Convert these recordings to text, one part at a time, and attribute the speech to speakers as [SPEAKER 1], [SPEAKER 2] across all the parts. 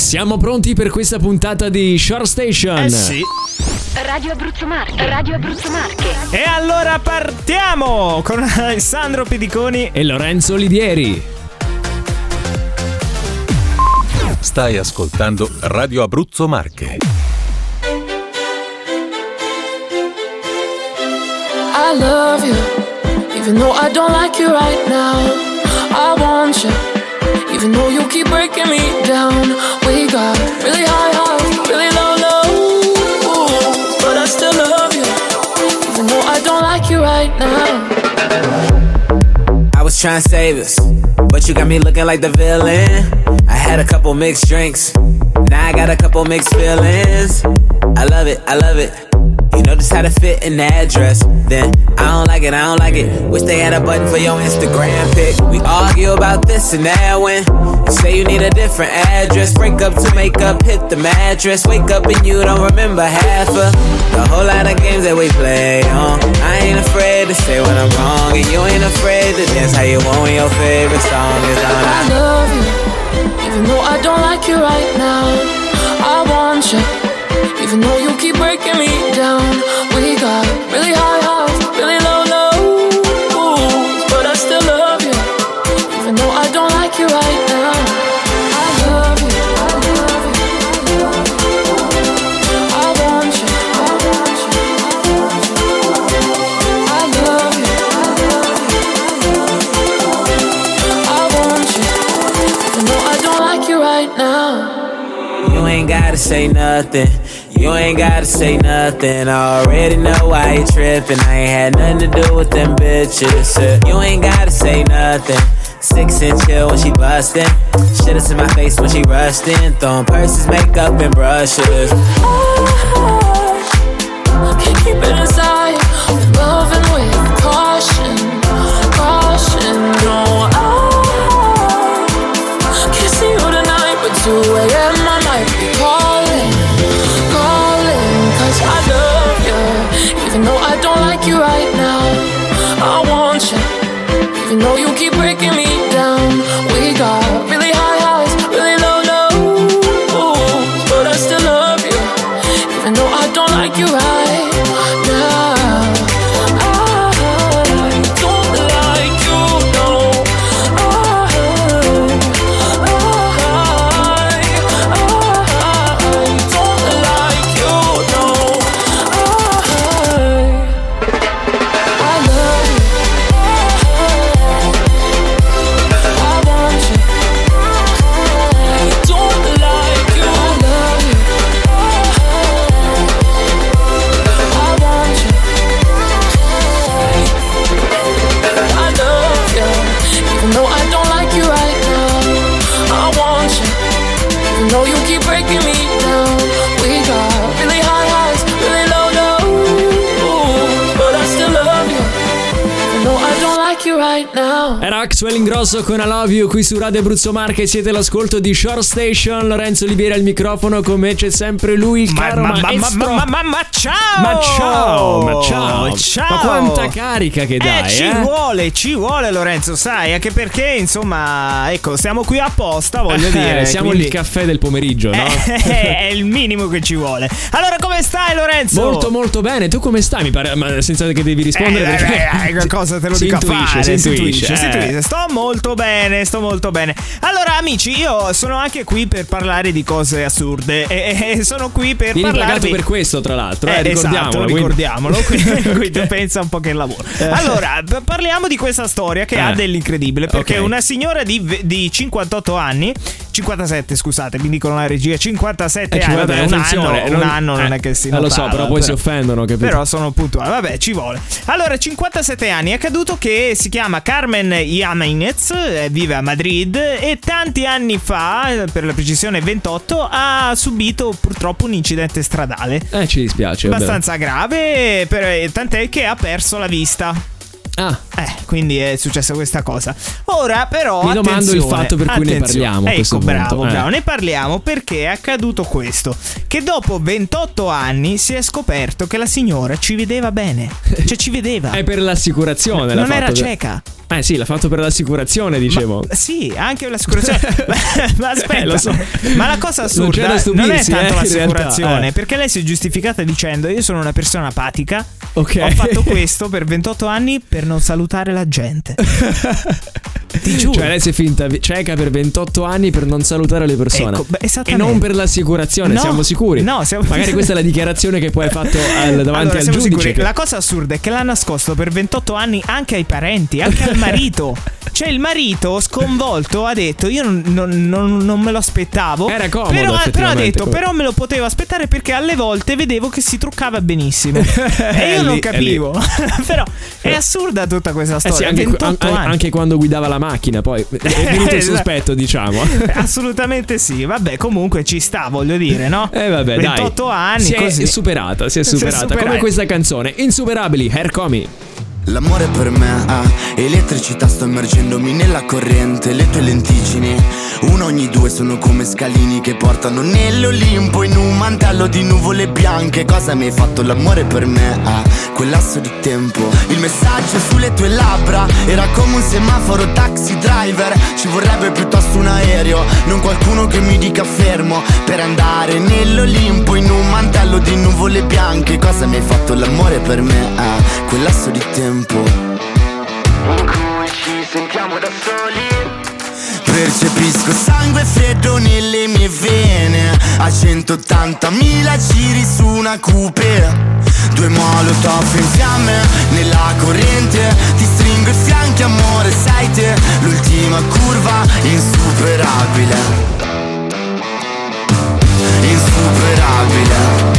[SPEAKER 1] Siamo pronti per questa puntata di Short Station.
[SPEAKER 2] Sì.
[SPEAKER 3] Radio Abruzzo Marche. Radio Abruzzo Marche.
[SPEAKER 2] E allora partiamo con Alessandro Pediconi
[SPEAKER 1] e Lorenzo Olivieri.
[SPEAKER 4] Stai ascoltando Radio Abruzzo Marche.
[SPEAKER 5] I love you, even though I don't like you right now. I want you, even though you keep breaking me down. We got really high highs, really low lows, but I still love you, even though I don't like you right now.
[SPEAKER 6] I was trying to save us, but you got me looking like the villain. I had a couple mixed drinks, now I got a couple mixed feelings. I love it, I love it. You know just how to fit in the address. Then I don't like it, I don't like it. Wish they had a button for your Instagram pic. We argue about this and that when you say you need a different address. Break up to make up, hit the mattress. Wake up and you don't remember half of the whole lot of games that we play on. I ain't afraid to say when I'm wrong, and you ain't afraid to dance how you want when your favorite song is on.
[SPEAKER 5] I love you, even though I don't like you right now. I want you, even though you keep breaking me down. We got really high highs, really low lows, but I still love you, even though I don't like you right now. I love you, I love you, I want you, I want you, I love you, I want you, even though I don't like you right now.
[SPEAKER 6] You ain't gotta say nothing. You ain't gotta say nothing. I already know why you trippin'. I ain't had nothing to do with them bitches. You ain't gotta say nothing. 6 and chill when she bustin'. Shit is in my face when she rushed in. Throwing purses, makeup, and brushes.
[SPEAKER 5] I can't keep it inside. Loving with caution, caution. No, I can't see you tonight, but 2 a.m. I might be calling, calling. 'Cause I love you, even though I don't like you right now. I want you, even though you keep breaking me down. We got really high highs, really low lows, but I still love you, even though I don't like you right now. I don't like you, no. I don't like you, no. I love you, I want you, I don't like you, I love you, I want you, I love you, even though I don't like you right now. I want you, even though you keep breaking me down. We got really high highs, really low lows, but I still love you, even though I don't like you right now.
[SPEAKER 1] Era Axwell Ingrosso con I Love You qui su Radio Abruzzo Marche. Siete all'ascolto di Short Station. Lorenzo Olivieri al microfono, con me c'è sempre lui, il caro maestro.
[SPEAKER 2] Ma ciao!
[SPEAKER 1] Ma ciao!
[SPEAKER 2] Ciao!
[SPEAKER 1] Ma quanta carica che dai,
[SPEAKER 2] ci vuole Lorenzo, sai, anche perché insomma, ecco, siamo qui apposta, voglio dire.
[SPEAKER 1] Siamo
[SPEAKER 2] quindi
[SPEAKER 1] il caffè del pomeriggio, no?
[SPEAKER 2] È il minimo che ci vuole. Allora, come stai, Lorenzo?
[SPEAKER 1] Molto molto bene. Tu come stai? Mi pare, ma senza che devi rispondere, perché
[SPEAKER 2] cosa te lo
[SPEAKER 1] si
[SPEAKER 2] dico
[SPEAKER 1] intuisce,
[SPEAKER 2] a fare?
[SPEAKER 1] si
[SPEAKER 2] Si
[SPEAKER 1] intuisce.
[SPEAKER 2] intuisce. Sto molto bene. Allora, amici, io sono anche qui per parlare di cose assurde e sono qui per
[SPEAKER 1] Vieni
[SPEAKER 2] parlarvi.
[SPEAKER 1] pagato per questo, tra l'altro,
[SPEAKER 2] Esatto,
[SPEAKER 1] ricordiamolo.
[SPEAKER 2] Quindi pensa un po' che lavoro. Allora, parliamo di questa storia che ha dell'incredibile, perché
[SPEAKER 1] ok.
[SPEAKER 2] una signora di 58 anni, 57, scusate, mi dicono la regia, 57 anni, vabbè, un anno non è che si notava,
[SPEAKER 1] lo so, però poi si offendono, capito?
[SPEAKER 2] Però sono puntuali, vabbè, ci vuole. Allora, 57 anni, è accaduto che si chiama Carmen Yamanez, vive a Madrid e tanti anni fa, per la precisione 28, ha subito purtroppo un incidente stradale.
[SPEAKER 1] Ci dispiace.
[SPEAKER 2] Abbastanza grave, tant'è che ha perso la vista. Quindi è successa questa cosa. Ora però
[SPEAKER 1] mi domando il fatto per cui ne parliamo a questo punto.
[SPEAKER 2] Bravo, ne parliamo perché è accaduto questo, che dopo 28 anni si è scoperto che la signora ci vedeva bene. Cioè ci vedeva.
[SPEAKER 1] È per l'assicurazione.
[SPEAKER 2] Non era cieca.
[SPEAKER 1] Sì, l'ha fatto per l'assicurazione, dicevo.
[SPEAKER 2] Sì, anche l'assicurazione. Ma aspetta,
[SPEAKER 1] lo so.
[SPEAKER 2] Ma la cosa assurda non è tanto l'assicurazione, perché lei si è giustificata dicendo: io sono una persona apatica,
[SPEAKER 1] ok,
[SPEAKER 2] ho fatto questo per 28 anni per non salutare la gente. Ti giuro.
[SPEAKER 1] Cioè lei si è finta cieca per 28 anni per non salutare le persone,
[SPEAKER 2] ecco,
[SPEAKER 1] e non per l'assicurazione,
[SPEAKER 2] no,
[SPEAKER 1] siamo sicuri?
[SPEAKER 2] No,
[SPEAKER 1] magari questa è la dichiarazione che poi hai fatto davanti al giudice.
[SPEAKER 2] Sicuri. La cosa assurda è che l'ha nascosto per 28 anni anche ai parenti, anche al marito. Cioè il marito sconvolto ha detto: io non me lo aspettavo.
[SPEAKER 1] Era comodo,
[SPEAKER 2] però ha detto: però me lo potevo aspettare perché alle volte vedevo che si truccava benissimo. E io non capivo. Però è assurda tutta questa storia.
[SPEAKER 1] Sì, anche quando guidava la macchina poi è venuto il sospetto, diciamo.
[SPEAKER 2] Assolutamente sì. Vabbè, comunque ci sta, voglio dire, no?
[SPEAKER 1] Vabbè,
[SPEAKER 2] 28
[SPEAKER 1] dai.
[SPEAKER 2] anni
[SPEAKER 1] si
[SPEAKER 2] così.
[SPEAKER 1] è superata. Come questa canzone Insuperabili, Hair Comi.
[SPEAKER 7] L'amore per me è elettricità, sto immergendomi nella corrente. Le tue lenticine, uno ogni due, sono come scalini che portano nell'Olimpo in un mantello di nuvole bianche. Cosa mi hai fatto l'amore per me? Quel lasso di tempo, il messaggio sulle tue labbra era come un semaforo taxi driver. Ci vorrebbe piuttosto un aereo, non qualcuno che mi dica fermo, per andare nell'Olimpo in un mantello di nuvole bianche. Cosa mi hai fatto l'amore per me? Quel lasso di tempo in cui ci sentiamo da soli. Percepisco sangue freddo nelle mie vene, a 180.000 giri su una coupe. Due molotov in fiamme nella corrente, ti stringo i fianchi amore, sei te l'ultima curva insuperabile. Insuperabile.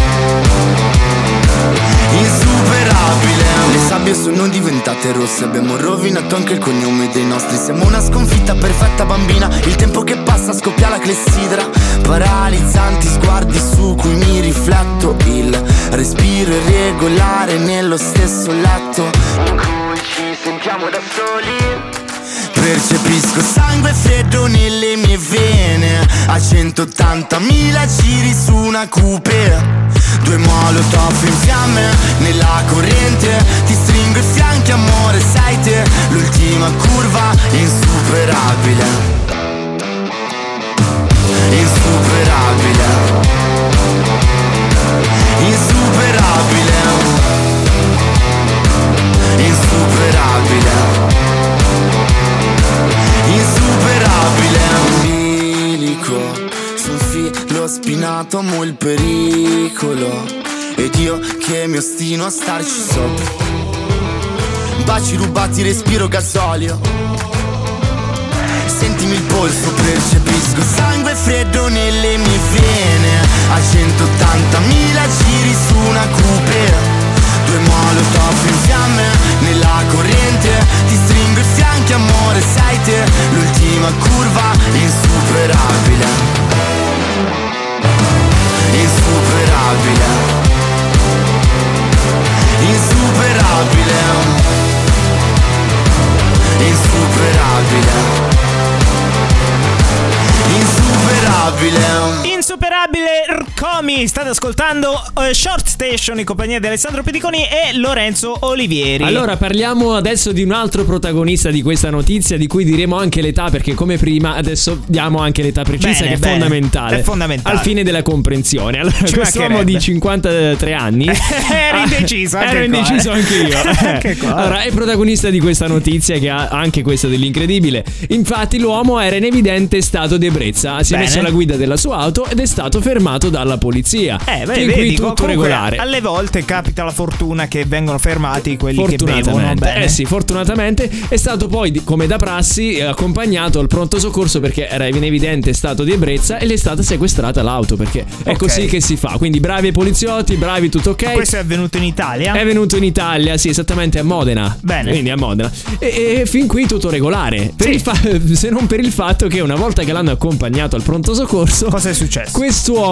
[SPEAKER 7] Insuperabile. Le sabbie sono diventate rosse, abbiamo rovinato anche il cognome dei nostri. Siamo una sconfitta perfetta bambina, il tempo che passa scoppia la clessidra. Paralizzanti sguardi su cui mi rifletto, il respiro irregolare nello stesso letto in cui ci sentiamo da soli. Percepisco sangue freddo nelle mie vene, a 180.000 giri su una coupe. Due molotov in fiamme nella corrente, ti stringo i fianchi amore, sei te l'ultima curva insuperabile. Insuperabile. Insuperabile. Insuperabile. Insuperabile. Bilico su un filo spinato, amo il pericolo, ed io che mi ostino a starci sopra. Baci rubati, respiro gasolio, sentimi il polso, percepisco sangue freddo nelle mie vene, a 180.000 giri su una coupe. Due molotov in fiamme nella corrente, ti stringo i fianchi amore, sei te l'ultima curva insuperabile. Insuperabile. Insuperabile. Insuperabile. Insuperabile.
[SPEAKER 2] Insuperabile Rcomi. State ascoltando Short Station in compagnia di Alessandro Pediconi e Lorenzo Olivieri.
[SPEAKER 1] Allora parliamo adesso di un altro protagonista di questa notizia, di cui diremo anche l'età, perché come prima adesso diamo anche l'età precisa, che è fondamentale.
[SPEAKER 2] È fondamentale
[SPEAKER 1] al fine della comprensione. Allora, quest'uomo di 53 anni
[SPEAKER 2] ero indeciso
[SPEAKER 1] anche io. Allora, è protagonista di questa notizia, che ha anche questa dell'incredibile. Infatti l'uomo era in evidente stato di ebbrezza, si è messo alla guida della sua auto ed è stato fermato dalla polizia. Fin qui tutto regolare.
[SPEAKER 2] Alle volte capita la fortuna che vengono fermati quelli che bevono.
[SPEAKER 1] Sì, fortunatamente è stato poi, come da prassi, accompagnato al pronto soccorso perché era in evidente stato di ebbrezza e le è stata sequestrata l'auto, perché è così che si fa. Quindi bravi ai poliziotti, bravi, tutto ok.
[SPEAKER 2] Questo è avvenuto in Italia?
[SPEAKER 1] È venuto in Italia, sì, esattamente a Modena.
[SPEAKER 2] Bene.
[SPEAKER 1] Quindi a Modena. E fin qui tutto regolare. Se non per il fatto che una volta che l'hanno accompagnato al pronto soccorso,
[SPEAKER 2] cosa è successo?
[SPEAKER 1] Quest'uomo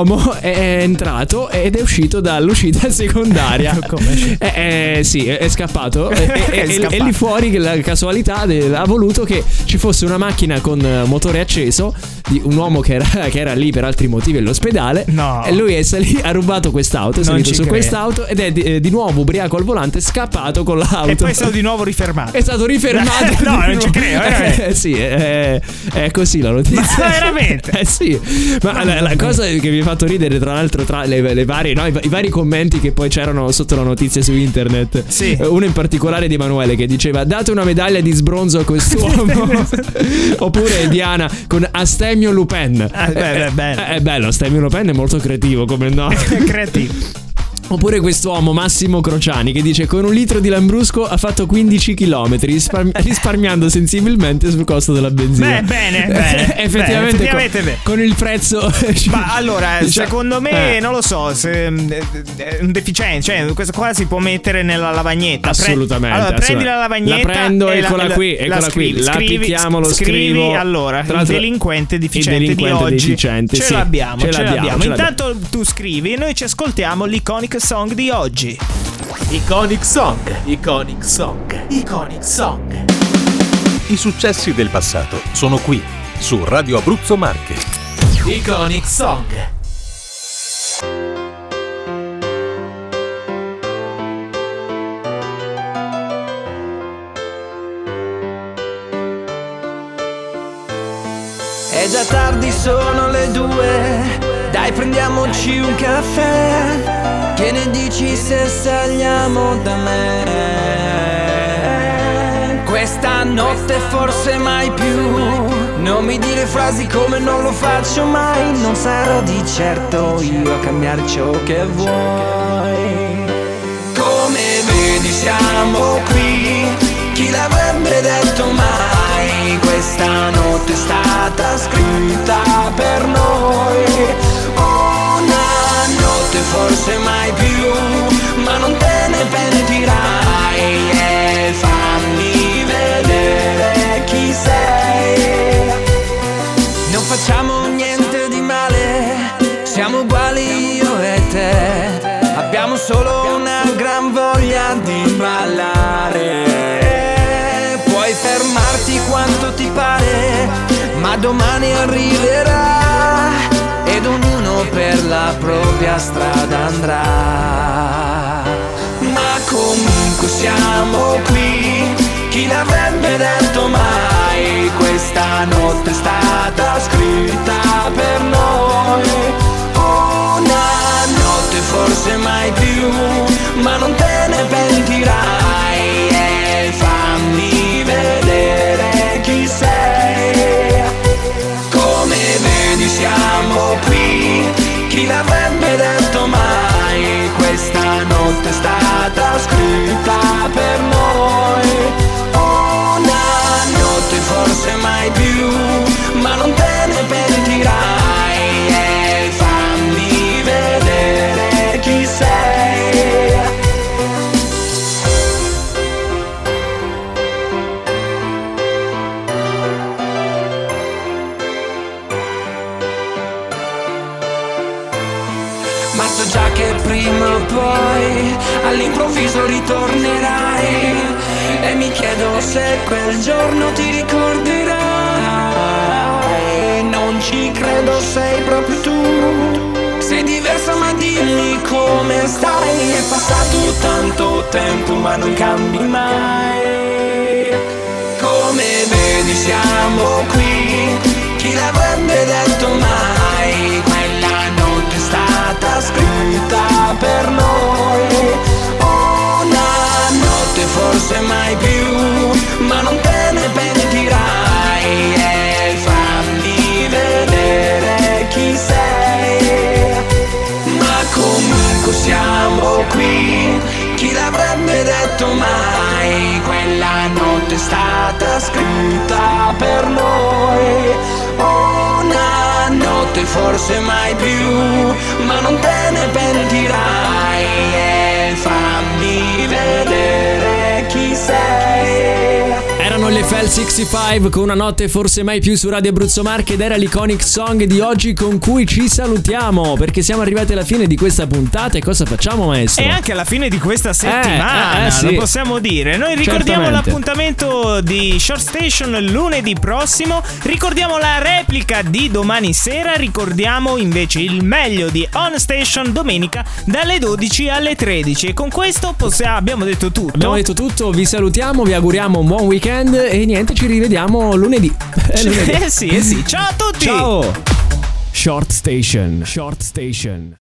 [SPEAKER 1] è entrato ed è uscito dall'uscita secondaria. Sì, è scappato. E lì fuori la casualità ha voluto che ci fosse una macchina con motore acceso di un uomo che era lì per altri motivi all'ospedale.
[SPEAKER 2] No.
[SPEAKER 1] E lui ha rubato quest'auto, è salito su quest'auto ed è di nuovo ubriaco al volante, scappato con l'auto.
[SPEAKER 2] E poi è stato di nuovo rifermato.
[SPEAKER 1] È stato rifermato.
[SPEAKER 2] No, non ci credo.
[SPEAKER 1] Sì, è così la notizia.
[SPEAKER 2] Ma veramente?
[SPEAKER 1] Sì. Ma la cosa che mi ha fatto ridere, tra l'altro, tra le varie, no, i vari commenti che poi c'erano sotto la notizia su internet.
[SPEAKER 2] Sì.
[SPEAKER 1] Uno in particolare di Emanuele che diceva: date una medaglia di sbronzo a quest'uomo. Oppure Diana con Astemio Lupin.
[SPEAKER 2] Bello.
[SPEAKER 1] È bello, Astemio Lupin è molto creativo come no.
[SPEAKER 2] Creativo.
[SPEAKER 1] Oppure quest'uomo Massimo Crociani che dice: con un litro di Lambrusco ha fatto 15 km risparmiando sensibilmente sul costo della benzina.
[SPEAKER 2] Bene.
[SPEAKER 1] Effettivamente con il prezzo.
[SPEAKER 2] Ma allora, secondo me non lo so, se un deficiente, cioè questo qua si può mettere nella lavagnetta.
[SPEAKER 1] Assolutamente.
[SPEAKER 2] Allora prendi la lavagnetta,
[SPEAKER 1] la prendo,
[SPEAKER 2] e
[SPEAKER 1] eccola qui, la picchiamo, lo scrivo.
[SPEAKER 2] Allora, il delinquente deficiente di oggi ce l'abbiamo. Intanto tu scrivi e noi ci ascoltiamo l'Iconic Song di oggi.
[SPEAKER 4] Iconic Song. I successi del passato sono qui, su Radio Abruzzo Marche.
[SPEAKER 6] Iconic Song.
[SPEAKER 8] È già tardi, sono le 2. Dai, prendiamoci un caffè. Che ne dici se saliamo da me? Questa notte forse mai più. Non mi dire frasi come non lo faccio mai. Non sarò di certo io a cambiare ciò che vuoi. Come vedi siamo qui. Chi l'avrebbe detto mai? Questa notte è stata scritta per noi. Una notte forse mai più, ma non te ne pentirai. E fammi vedere chi sei. Non facciamo niente di male, siamo uguali io e te. Abbiamo solo una gran voglia di ballare. Puoi fermarti quanto ti pare, ma domani arriverà ed ognuno per la propria strada andrà. Ma comunque siamo qui, chi l'avrebbe detto mai? Questa notte è stata scritta per noi. Una notte forse mai più, ma non te ne pentirai. E fammi vedere chi sei. Come vedi siamo qui, chi l'avrebbe detto mai? Questa notte è stata scritta per noi. Una notte forse mai più, ma non te ne pentirai. E fammi vedere chi sei. Ma so già che prima o poi all'improvviso ritornerai. E mi chiedo se quel giorno ti ricorderai. Non ci credo, sei proprio tu. Sei diversa ma dimmi come stai. È passato tanto tempo ma non cambi mai. Come vedi siamo qui, chi l'avrebbe detto mai? Quella notte è stata scritta per noi. Una notte forse mai più, ma non te ne pentirai. E fammi vedere chi sei. Ma comunque siamo qui, chi l'avrebbe detto mai? Quella notte è stata scritta per noi. Una notte forse mai più, ma non te ne pentirai. E fammi vedere chi sei.
[SPEAKER 1] Era Erano le Fel 65 con Una notte forse mai più su Radio Abruzzo Marche ed era l'iconic song di oggi con cui ci salutiamo perché siamo arrivati alla fine di questa puntata e cosa facciamo, maestro?
[SPEAKER 2] E anche alla fine di questa settimana,
[SPEAKER 1] sì.
[SPEAKER 2] lo possiamo dire. Noi ricordiamo
[SPEAKER 1] Certamente.
[SPEAKER 2] l'appuntamento di Short Station lunedì prossimo, ricordiamo la replica di domani sera, ricordiamo invece il meglio di On Station domenica dalle 12 alle 13 e con questo abbiamo detto tutto.
[SPEAKER 1] Abbiamo detto tutto, vi salutiamo, vi auguriamo un buon weekend e niente, ci rivediamo lunedì.
[SPEAKER 2] Sì. Ciao a tutti.
[SPEAKER 1] Ciao. Short Station.